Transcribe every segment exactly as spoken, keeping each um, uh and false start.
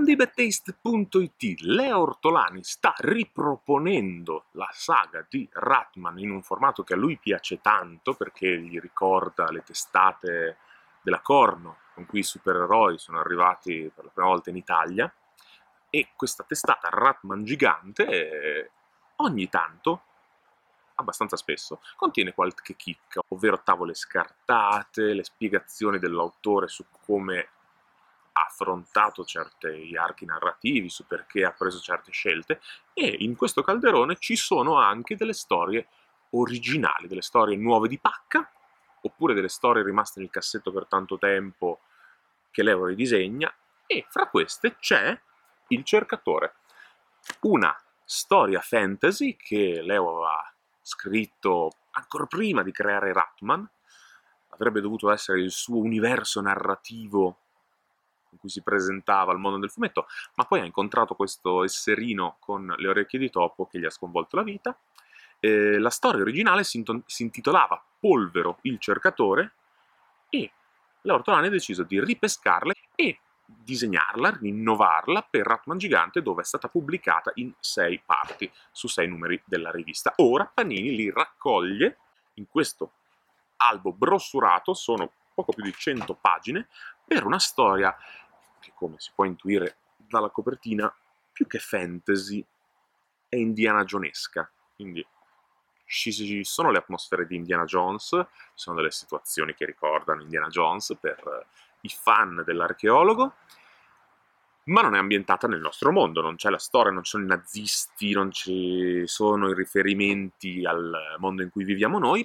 Libetaste punto it, Leo Ortolani sta riproponendo la saga di Ratman in un formato che a lui piace tanto perché gli ricorda le testate della Corno con cui i supereroi sono arrivati per la prima volta in Italia, e questa testata Ratman gigante eh, ogni tanto, abbastanza spesso, contiene qualche chicca, ovvero tavole scartate, le spiegazioni dell'autore su come ha affrontato certi archi narrativi, su perché ha preso certe scelte, e in questo calderone ci sono anche delle storie originali, delle storie nuove di pacca, oppure delle storie rimaste nel cassetto per tanto tempo che Leo ridisegna, e fra queste c'è Il Cercatore, una storia fantasy che Leo ha scritto ancora prima di creare Ratman. Avrebbe dovuto essere il suo universo narrativo in cui si presentava al mondo del fumetto, ma poi ha incontrato questo esserino con le orecchie di topo che gli ha sconvolto la vita. Eh, la storia originale si, si intitolava Polvero il Cercatore, e Leo Ortolani ha deciso di ripescarla e disegnarla, rinnovarla per Ratman Gigante, dove è stata pubblicata in sei parti su sei numeri della rivista. Ora Panini li raccoglie in questo albo brossurato, sono poco più di cento pagine, per una storia che, come si può intuire dalla copertina, più che fantasy è Indiana Jonesca. Quindi ci sono le atmosfere di Indiana Jones, ci sono delle situazioni che ricordano Indiana Jones per i fan dell'archeologo, ma non è ambientata nel nostro mondo, non c'è la storia, non ci sono i nazisti, non ci sono i riferimenti al mondo in cui viviamo noi,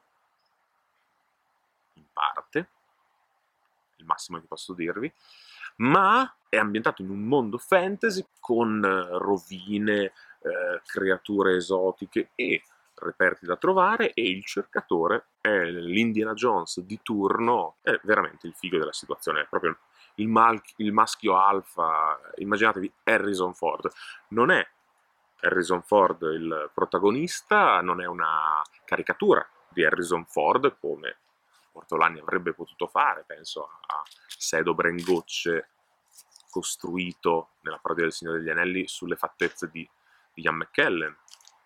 in parte, il massimo che posso dirvi, ma è ambientato in un mondo fantasy con rovine, eh, creature esotiche e reperti da trovare, e il cercatore è l'Indiana Jones di turno. È veramente il figo della situazione, è proprio il, mal il maschio alfa. Immaginatevi Harrison Ford. Non è Harrison Ford il protagonista, non è una caricatura di Harrison Ford come Ortolani avrebbe potuto fare, penso a Sedo Brengocce costruito nella parodia del Signore degli Anelli sulle fattezze di, di Ian McKellen,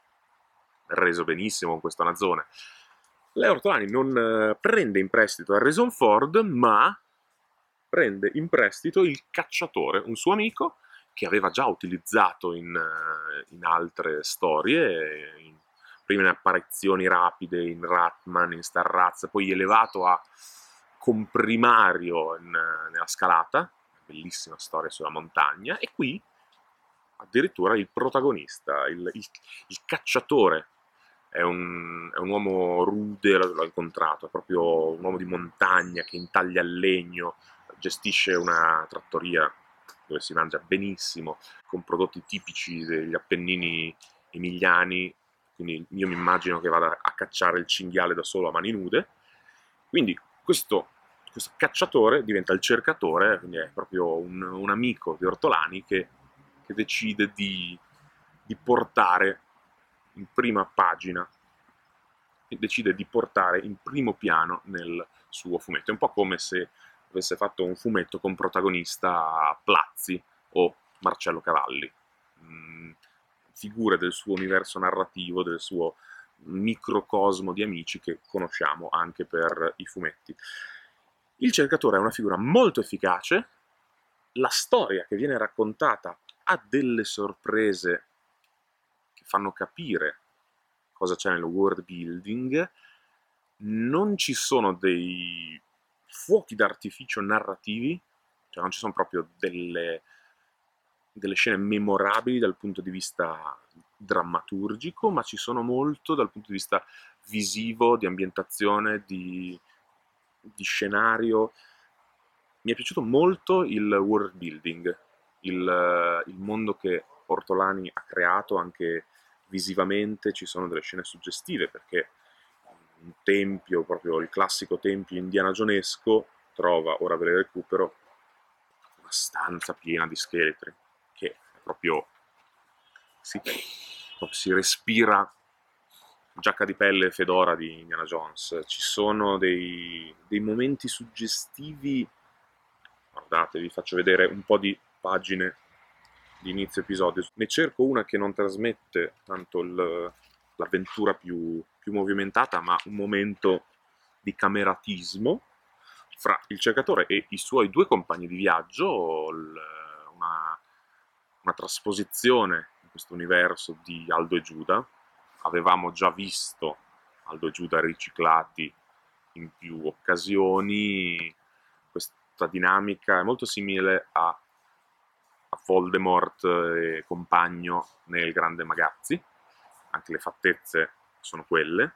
reso benissimo con questo nazzone. Leo Ortolani non eh, prende in prestito Harrison Ford, ma prende in prestito Il Cacciatore, un suo amico che aveva già utilizzato in, in altre storie, in, prima in apparizioni rapide in Ratman, in Star Raz, poi elevato a comprimario in, nella Scalata, bellissima storia sulla montagna, e qui addirittura il protagonista, il, il, il cacciatore. È un, è un uomo rude, l'ho incontrato, è proprio un uomo di montagna che intaglia il legno, gestisce una trattoria dove si mangia benissimo, con prodotti tipici degli Appennini emiliani, quindi io mi immagino che vada a cacciare il cinghiale da solo a mani nude. Quindi questo, questo cacciatore diventa il cercatore, quindi è proprio un, un amico di Ortolani che, che decide di, di portare in prima pagina, e decide di portare in primo piano nel suo fumetto. È un po' come se avesse fatto un fumetto con protagonista Plazzi o Marcello Cavalli, mm, figure del suo universo narrativo, del suo microcosmo di amici che conosciamo anche per i fumetti. Il cercatore è una figura molto efficace, la storia che viene raccontata ha delle sorprese che fanno capire cosa c'è nel world building, non ci sono dei fuochi d'artificio narrativi, cioè non ci sono proprio delle, delle scene memorabili dal punto di vista drammaturgico, ma ci sono molto dal punto di vista visivo, di ambientazione, di, di scenario. Mi è piaciuto molto il world building, il, il mondo che Ortolani ha creato anche visivamente. Ci sono delle scene suggestive, perché un tempio, proprio il classico tempio indianagionesco, trova, ora ve le recupero, una stanza piena di scheletri, che è proprio, si, proprio si respira giacca di pelle e fedora di Indiana Jones. Ci sono dei, dei momenti suggestivi, guardate, vi faccio vedere un po' di pagine di inizio episodio. Ne cerco una che non trasmette tanto il- l'avventura più, più movimentata, ma un momento di cameratismo fra il cercatore e i suoi due compagni di viaggio, il- una, una trasposizione in questo universo di Aldo e Giuda. Avevamo già visto Aldo e Giuda riciclati in più occasioni. Questa dinamica è molto simile a, a Voldemort e compagno nel Grande Magazzi, anche le fattezze sono quelle.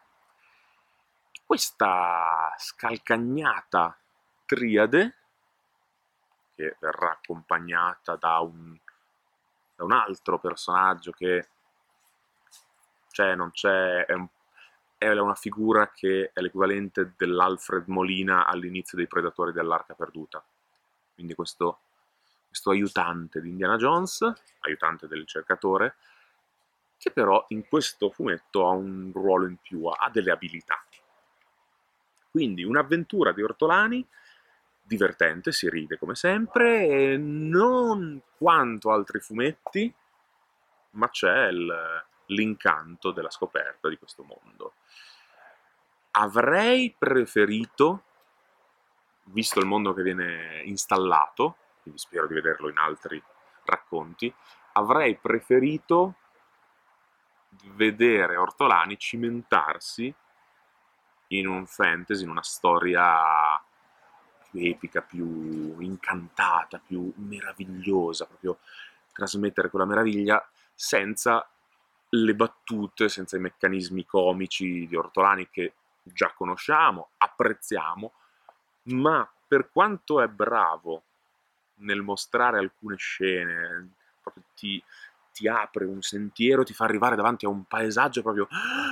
Questa scalcagnata triade, che verrà accompagnata da un, da un altro personaggio che c'è, non c'è, è, un, è una figura che è l'equivalente dell'Alfred Molina all'inizio dei Predatori dell'Arca Perduta. Quindi questo, questo aiutante di Indiana Jones, aiutante del cercatore, che però in questo fumetto ha un ruolo in più, ha delle abilità. Quindi un'avventura di ortolani divertente, si ride come sempre, e non quanto altri fumetti, ma c'è l'incanto della scoperta di questo mondo. Avrei preferito, visto il mondo che viene installato, quindi spero di vederlo in altri racconti, avrei preferito vedere Ortolani cimentarsi in un fantasy, in una storia più epica, più incantata, più meravigliosa, proprio trasmettere quella meraviglia senza le battute, senza i meccanismi comici di Ortolani che già conosciamo, apprezziamo, ma per quanto è bravo nel mostrare alcune scene, proprio ti, ti apre un sentiero, ti fa arrivare davanti a un paesaggio proprio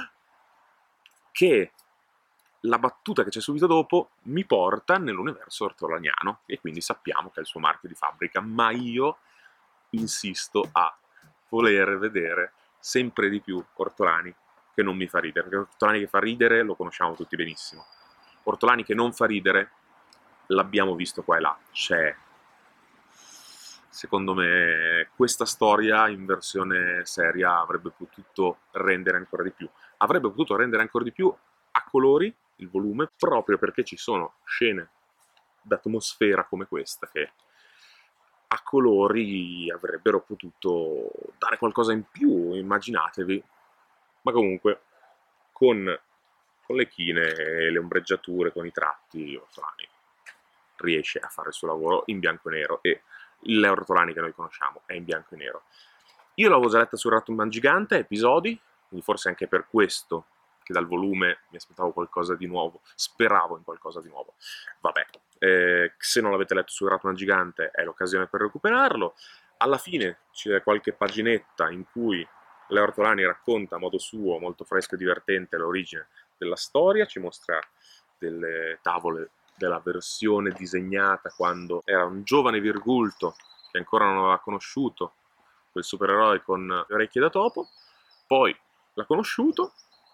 che la battuta che c'è subito dopo mi porta nell'universo ortolaniano e quindi sappiamo che è il suo marchio di fabbrica, ma io insisto a voler vedere sempre di più Ortolani che non mi fa ridere, perché Ortolani che fa ridere lo conosciamo tutti benissimo. Ortolani che non fa ridere l'abbiamo visto qua e là, c'è. Secondo me questa storia in versione seria avrebbe potuto rendere ancora di più. Avrebbe potuto rendere ancora di più a colori il volume, proprio perché ci sono scene d'atmosfera come questa che a colori avrebbero potuto dare qualcosa in più, immaginatevi. Ma comunque con, con le chine, le ombreggiature, con i tratti, Ortolani riesce a fare il suo lavoro in bianco e nero, e l'Ortolani che noi conosciamo è in bianco e nero. Io l'avevo già letta su Ratman Gigante, episodi, quindi forse anche per questo che dal volume mi aspettavo qualcosa di nuovo, speravo in qualcosa di nuovo. Vabbè, eh, se non l'avete letto su Ratman Gigante è l'occasione per recuperarlo. Alla fine c'è qualche paginetta in cui Leo Ortolani racconta a modo suo, molto fresco e divertente, l'origine della storia, ci mostra delle tavole della versione disegnata quando era un giovane Virgulto che ancora non aveva conosciuto quel supereroe con le orecchie da topo, poi l'ha conosciuto,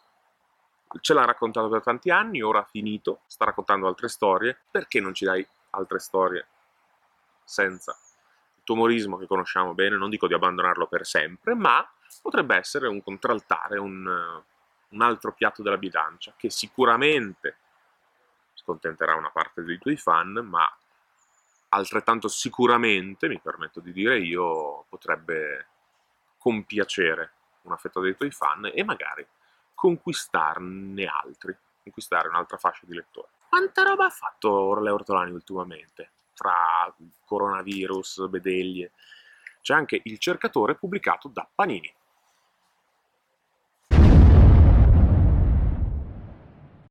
ce l'ha raccontato per tanti anni, ora ha finito, sta raccontando altre storie. Perché non ci dai altre storie senza il tuo umorismo che conosciamo bene? Non dico di abbandonarlo per sempre, ma potrebbe essere un contraltare, un, un altro piatto della bilancia, che sicuramente scontenterà una parte dei tuoi fan, ma altrettanto sicuramente, mi permetto di dire io, potrebbe compiacere una fetta dei tuoi fan e magari conquistarne altri, conquistare un'altra fascia di lettori. Quanta roba ha fatto Orle Ortolani ultimamente? Tra coronavirus, bedeglie. C'è anche Il cercatore pubblicato da Panini.